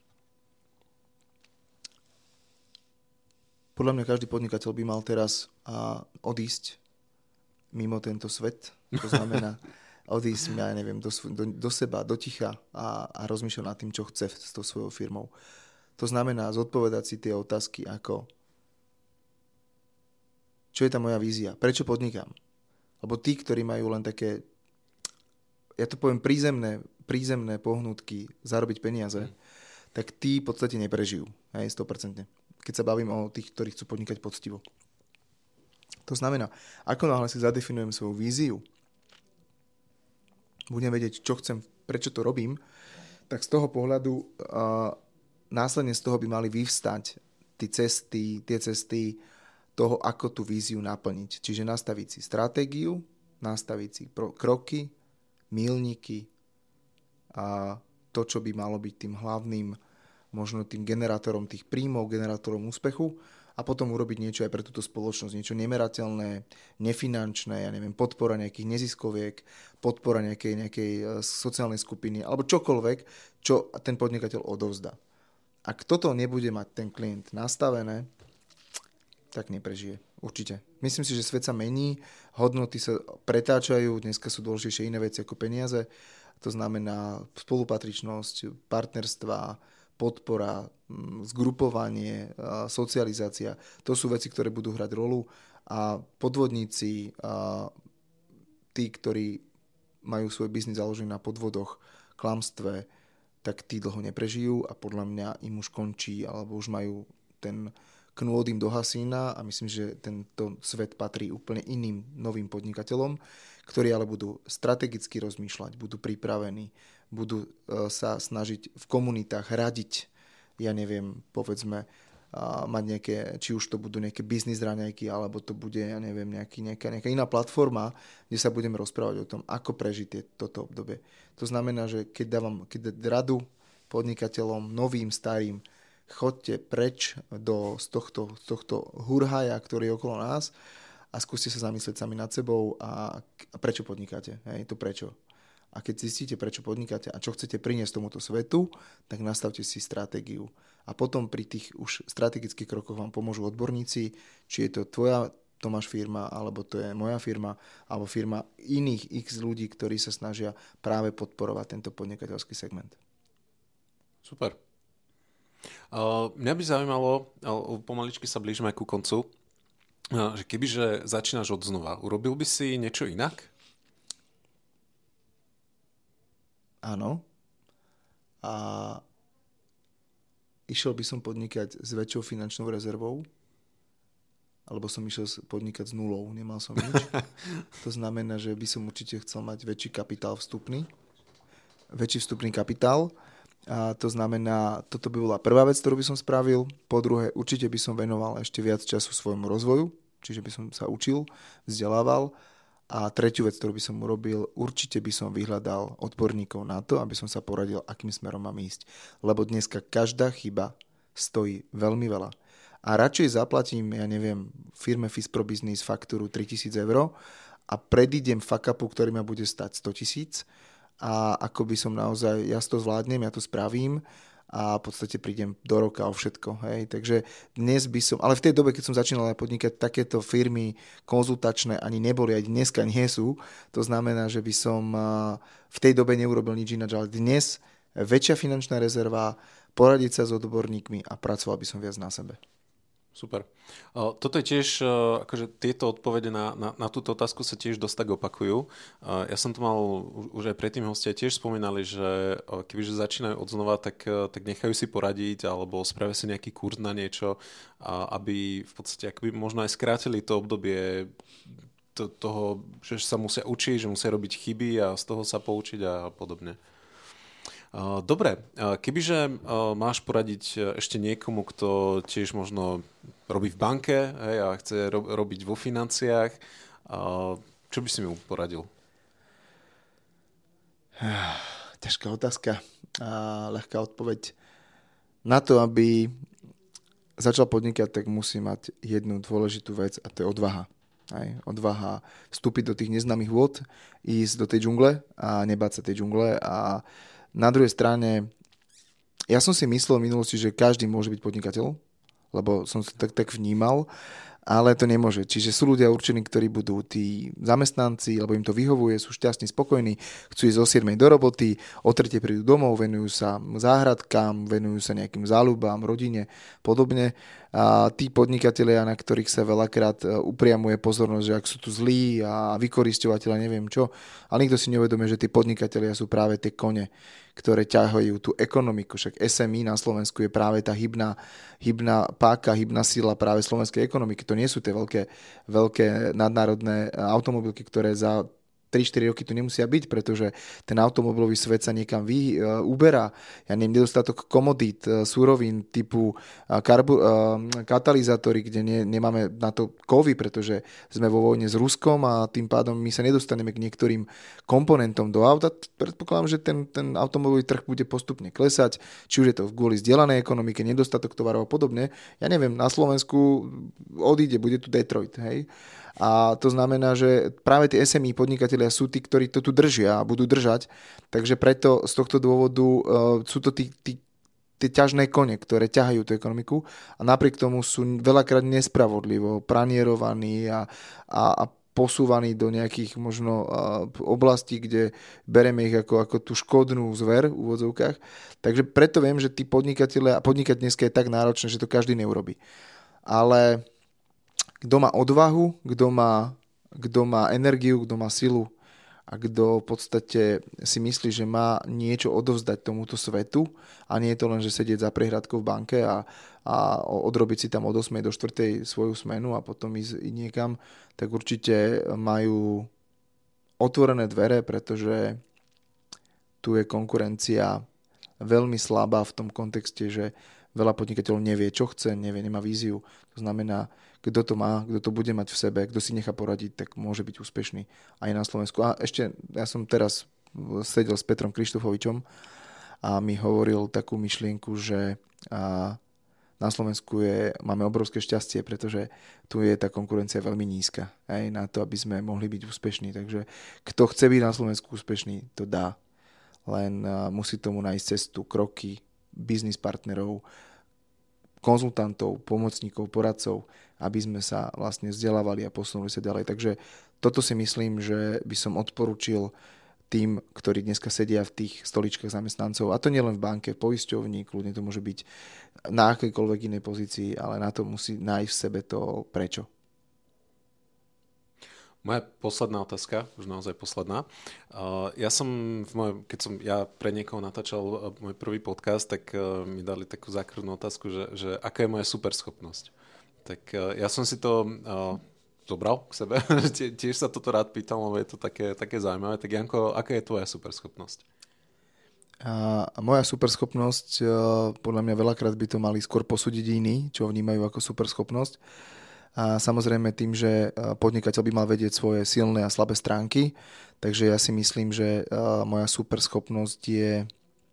Podľa mňa každý podnikateľ by mal teraz a, odísť mimo tento svet. To znamená odísť, ja neviem, do, do, do seba, do ticha a, a rozmýšľať nad tým, čo chce s tou svojou firmou. To znamená zodpovedať si tie otázky ako čo je tá moja vízia? Prečo podnikám? Lebo tí, ktorí majú len také, ja to poviem, prízemné, prízemné pohnutky zarobiť peniaze, mm. tak tí v podstate neprežijú. Hej, sto percent. Keď sa bavím o tých, ktorí chcú podnikať poctivo. To znamená, ako náhle si zadefinujem svoju víziu, budem vedieť, čo chcem, prečo to robím, tak z toho pohľadu uh, následne z toho by mali vyvstať tie cesty, tie cesty toho, ako tú víziu naplniť. Čiže nastaviť si stratégiu, nastaviť si pro- kroky, míľniky a to, čo by malo byť tým hlavným, možno tým generátorom tých príjmov, generátorom úspechu a potom urobiť niečo aj pre túto spoločnosť, niečo nemerateľné, nefinančné, ja neviem, podpora nejakých neziskoviek, podpora nejakej, nejakej sociálnej skupiny alebo čokoľvek, čo ten podnikateľ odovzdá. Ak toto nebude mať ten klient nastavené, tak neprežije. Určite. Myslím si, že svet sa mení, hodnoty sa pretáčajú, dneska sú dôležitejšie iné veci ako peniaze. To znamená spolupatričnosť, partnerstva, podpora, zgrupovanie, socializácia. To sú veci, ktoré budú hrať rolu a podvodníci, a tí, ktorí majú svoj biznis založený na podvodoch, klamstve, tak tí dlho neprežijú a podľa mňa im už končí alebo už majú ten knôt im do hasína a myslím, že tento svet patrí úplne iným novým podnikateľom, ktorí ale budú strategicky rozmýšľať, budú pripravení, budú sa snažiť v komunitách radiť, ja neviem, povedzme, mať nejaké, či už to budú nejaké biznis raňajky, alebo to bude, ja neviem, nejaký, nejaká, nejaká iná platforma, kde sa budeme rozprávať o tom, ako prežiť toto obdobie. To znamená, že keď dávam keď radu podnikateľom, novým, starým, choďte preč do, z, tohto, z tohto hurhaja, ktorý je okolo nás a skúste sa zamyslieť sami nad sebou a, a prečo podnikáte. Hej, to prečo. A keď zistíte, prečo podnikáte a čo chcete priniesť tomuto svetu, tak nastavte si stratégiu. A potom pri tých už strategických krokoch vám pomôžu odborníci, či je to tvoja Tomáš firma, alebo to je moja firma, alebo firma iných x ľudí, ktorí sa snažia práve podporovať tento podnikateľský segment. Super. Uh, mňa by zaujímalo, uh, pomaličky sa blížime ku koncu, uh, že kebyže začínaš od znova, urobil by si niečo inak? Áno. A išiel by som podnikať s väčšou finančnou rezervou, alebo som išiel podnikať s nulou, nemal som nič. To znamená, že by som určite chcel mať väčší kapitál vstupný, väčší vstupný kapitál. A to znamená, toto by bola prvá vec, ktorú by som spravil. Po druhé, určite by som venoval ešte viac času svojmu rozvoju, čiže by som sa učil, vzdelával. A tretiu vec, ktorú by som urobil, určite by som vyhľadal odborníkov na to, aby som sa poradil, akým smerom mám ísť. Lebo dneska každá chyba stojí veľmi veľa. A radšej zaplatím, ja neviem, firme Fispro Business faktúru tritisíc eur a predídem fuck-upu, ktorý ma bude stať sto tisíc, a ako by som naozaj, ja to zvládnem, ja to spravím a v podstate prídem do roka o všetko. Hej. Takže dnes by som, ale v tej dobe, keď som začínal podnikať, takéto firmy konzultačné ani neboli, aj dneska nie sú. To znamená, že by som v tej dobe neurobil nič ináč, ale dnes väčšia finančná rezerva, poradiť sa s odborníkmi a pracoval by som viac na sebe. Super. Toto je tiež, akože tieto odpovede na, na, na túto otázku sa tiež dosť tak opakujú. Ja som to mal, už aj predtým hostia tiež spomínali, že kebyže začínajú od znova, tak, tak nechajú si poradiť alebo spravia si nejaký kurz na niečo, aby v podstate akoby možno aj skrátili to obdobie to, toho, že sa musia učiť, že musia robiť chyby a z toho sa poučiť a podobne. Dobre, kebyže máš poradiť ešte niekomu, kto tiež možno robí v banke, hej, a chce ro- robiť vo financiách, čo by si mu poradil? Ťažká otázka a ľahká odpoveď. Na to, aby začal podnikať, tak musí mať jednu dôležitú vec a to je odvaha. Aj odvaha vstúpiť do tých neznámych vôd, ísť do tej džungle a nebáť sa tej džungle. A na druhej strane, ja som si myslel v minulosti, že každý môže byť podnikateľ, lebo som to tak, tak vnímal, ale to nemôže. Čiže sú ľudia určení, ktorí budú tí zamestnanci, lebo im to vyhovuje, sú šťastní, spokojní, chcú ísť o siedmej do roboty, o tretej prídu domov, venujú sa záhradkám, venujú sa nejakým záľubám, rodine, podobne. A tí podnikatelia, na ktorých sa veľakrát upriamuje pozornosť, že ak sú tu zlí a vykorisťovateľa, neviem čo, ale nikto si neuvedomuje, že tí podnikatelia sú práve tie kone, ktoré ťahajú tú ekonomiku. Však es em í na Slovensku je práve tá hybná, hybná páka, hybná sila práve slovenskej ekonomiky. To nie sú tie veľké, veľké nadnárodné automobilky, ktoré za tri štyri roky tu nemusia byť, pretože ten automobilový svet sa niekam vy, uh, uberá. Ja neviem, nedostatok komodít, uh, súrovín typu uh, karbu, uh, katalizátory, kde ne, nemáme na to kovy, pretože sme vo vojne s Ruskom a tým pádom my sa nedostaneme k niektorým komponentom do auta. Predpokladám, že ten, ten automobilový trh bude postupne klesať, či už je to kvôli zdieľanej ekonomike, nedostatok tovarov a podobne. Ja neviem, na Slovensku odíde, bude tu Detroit, hej. A to znamená, že práve tie es em í podnikatelia sú tí, ktorí to tu držia a budú držať. Takže preto z tohto dôvodu uh, sú to tí, tí, tie ťažné kone, ktoré ťahajú tú ekonomiku a napriek tomu sú veľakrát nespravodlivo pranierovaní a, a, a posúvaní do nejakých možno uh, oblastí, kde bereme ich ako, ako tú škodnú zver v úvodzovkách. Takže preto viem, že tí podnikatelia, a podnikať dneska je tak náročné, že to každý neurobí. Ale kto má odvahu, kto má, kto má energiu, kto má silu a kto v podstate si myslí, že má niečo odovzdať tomuto svetu a nie je to len, že sedieť za prehradkou v banke a, a odrobiť si tam od ôsmej do štvrtej svoju smenu a potom ísť niekam, tak určite majú otvorené dvere, pretože tu je konkurencia veľmi slabá v tom kontexte, že veľa podnikateľov nevie, čo chce, nevie, nemá víziu. To znamená, kto to má, kto to bude mať v sebe, kto si nechá poradiť, tak môže byť úspešný aj na Slovensku. A ešte, ja som teraz sedel s Petrom Krištofovičom a mi hovoril takú myšlienku, že na Slovensku je, máme obrovské šťastie, pretože tu je tá konkurencia veľmi nízka aj na to, aby sme mohli byť úspešní. Takže kto chce byť na Slovensku úspešný, to dá. Len musí tomu nájsť cestu, kroky, biznis partnerov, konzultantov, pomocníkov, poradcov, aby sme sa vlastne vzdelávali a posunuli sa ďalej. Takže toto si myslím, že by som odporučil tým, ktorí dneska sedia v tých stoličkách zamestnancov. A to nie len v banke, v poisťovni, kľudne to môže byť na akejkoľvek inej pozícii, ale na to musí nájsť v sebe to prečo. Moja posledná otázka, už naozaj posledná. Ja som, v mojom, keď som ja pre niekoho natáčal môj prvý podcast, tak mi dali takú základnú otázku, že, že aká je moja superschopnosť. Tak ja som si to zobral k sebe. Tiež sa toto rád pýtam, lebo je to také, také zaujímavé. Tak Janko, aká je tvoja superschopnosť? A moja superschopnosť, podľa mňa veľakrát by to mali skôr posúdiť iní, čo vnímajú ako superschopnosť. A samozrejme tým, že podnikateľ by mal vedieť svoje silné a slabé stránky, takže ja si myslím, že moja superschopnosť je,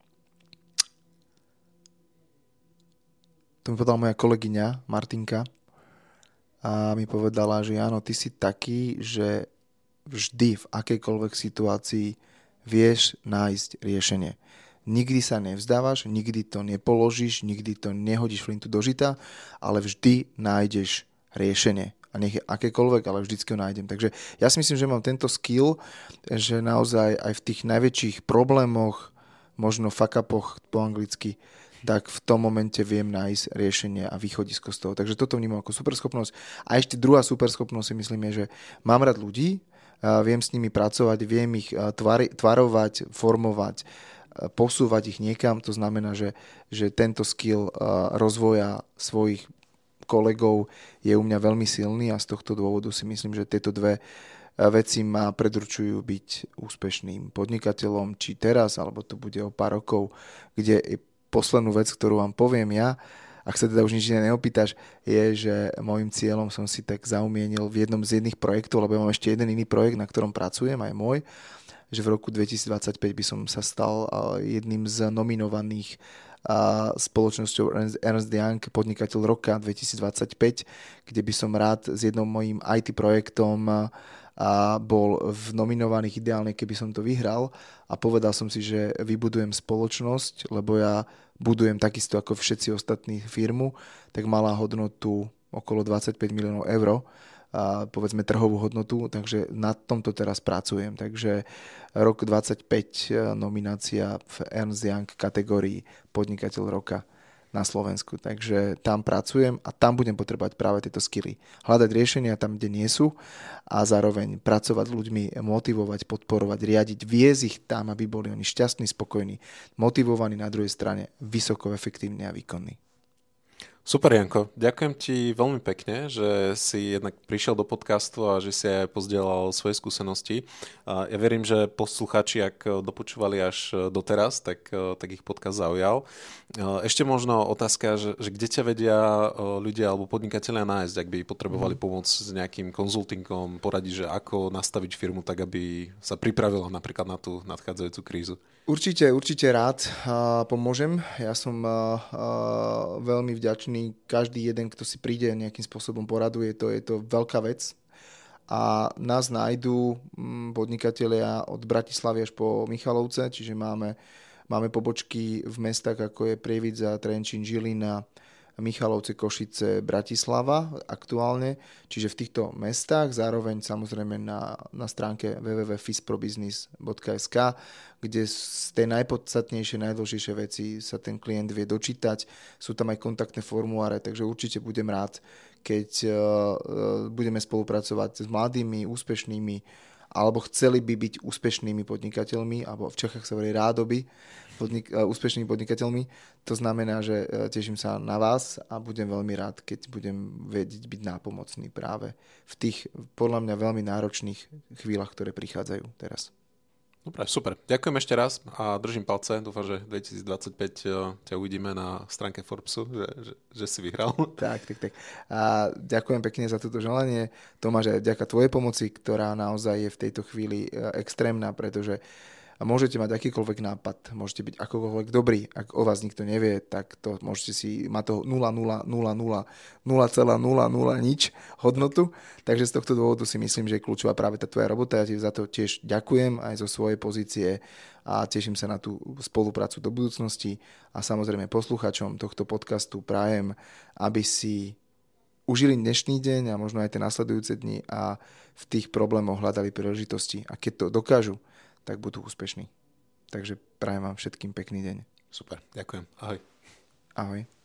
to mi povedala moja kolegyňa Martinka a mi povedala, že áno, ty si taký, že vždy v akejkoľvek situácii vieš nájsť riešenie. Nikdy sa nevzdávaš, nikdy to nepoložíš, nikdy to nehodíš flintu do žita, ale vždy nájdeš riešenie. A nech je akékoľvek, ale vždycky ho nájdem. Takže ja si myslím, že mám tento skill, že naozaj aj v tých najväčších problémoch, možno fuck upoch po anglicky, tak v tom momente viem nájsť riešenie a východisko z toho. Takže toto vnímam ako superschopnosť. A ešte druhá superschopnosť si myslím je, že mám rád ľudí, viem s nimi pracovať, viem ich tvar, tvarovať, formovať, posúvať ich niekam. To znamená, že, že tento skill rozvoja svojich kolegov je u mňa veľmi silný a z tohto dôvodu si myslím, že tieto dve veci ma predurčujú byť úspešným podnikateľom, či teraz, alebo to bude o pár rokov, kde poslednú vec, ktorú vám poviem ja, ak sa teda už nič iné neopýtaš, je, že môjim cieľom som si tak zaumienil v jednom z jedných projektov, lebo ja mám ešte jeden iný projekt, na ktorom pracujem, aj môj, že v roku dvetisícdvadsaťpäť by som sa stal jedným z nominovaných spoločnosťou Ernst Young podnikateľ roka dvetisícdvadsaťpäť, kde by som rád s jednou mojím í té projektom a bol v nominovaných, ideálne keby som to vyhral, a povedal som si, že vybudujem spoločnosť, lebo ja budujem takisto ako všetci ostatní firmu, tak mala hodnotu okolo dvadsaťpäť miliónov eur, a povedzme trhovú hodnotu, takže na tomto teraz pracujem. Takže rok dvadsaťpäť nominácia v Ernst Young kategórii podnikateľ roka na Slovensku. Takže tam pracujem a tam budem potrebovať práve tieto skily. Hľadať riešenia tam, kde nie sú, a zároveň pracovať s ľuďmi, motivovať, podporovať, riadiť, viesť ich tam, aby boli oni šťastní, spokojní, motivovaní, na druhej strane vysoko efektívni a výkonní. Super, Janko, ďakujem ti veľmi pekne, že si jednak prišiel do podcastu a že si aj pozdieľal svoje skúsenosti. Ja verím, že poslucháči, ak dopočúvali až doteraz, tak, tak ich podcast zaujal. Ešte možno otázka, že, že kde ťa vedia ľudia alebo podnikatelia nájsť, ak by potrebovali pomoc s nejakým konzultingom, poradiť, že ako nastaviť firmu tak, aby sa pripravila napríklad na tú nadchádzajúcu krízu. Určite, určite rád uh, pomôžem. Ja som uh, uh, veľmi vďačný. Každý jeden, kto si príde nejakým spôsobom poraduje, to je to veľká vec. A nás nájdú um, podnikatelia od Bratislavy až po Michalovce, čiže máme, máme pobočky v mestách ako je Prievidza, Trenčín, Žilina, Michalovce, Košice, Bratislava aktuálne, čiže v týchto mestách, zároveň samozrejme na, na stránke w w w bodka fisprobusiness bodka es ka, kde z tej najpodstatnejšie, najdôležitejšie veci sa ten klient vie dočítať. Sú tam aj kontaktné formuláre, takže určite budem rád, keď uh, budeme spolupracovať s mladými, úspešnými, alebo chceli by byť úspešnými podnikateľmi, alebo v Čechách sa hovorí rádoby, podnik- úspešnými podnikateľmi. To znamená, že teším sa na vás a budem veľmi rád, keď budem vedieť byť nápomocný práve v tých podľa mňa veľmi náročných chvíľach, ktoré prichádzajú teraz. Dobre, super. Ďakujem ešte raz a držím palce. Dúfam, že dvetisícdvadsaťpäť ťa uvidíme na stránke Forbesu, že, že, že si vyhral. Tak, tak, tak. A ďakujem pekne za toto želanie. Tomáš, aj vďaka tvojej pomoci, ktorá naozaj je v tejto chvíli extrémna, pretože môžete mať akýkoľvek nápad, môžete byť akokoľvek dobrý. Ak o vás nikto nevie, tak to môžete si, má to nula celá nula nula nula celá nula nula nič hodnotu. Takže z tohto dôvodu si myslím, že je kľúčová práve tá tvoja robota. Ja ti za to tiež ďakujem aj zo svojej pozície a teším sa na tú spoluprácu do budúcnosti. A samozrejme posluchačom tohto podcastu prajem, aby si užili dnešný deň a možno aj tie nasledujúce dni a v tých problémoch hľadali príležitosti. A keď to dokážu, tak budú úspešní. Takže prajem vám všetkým pekný deň. Super, ďakujem. Ahoj. Ahoj.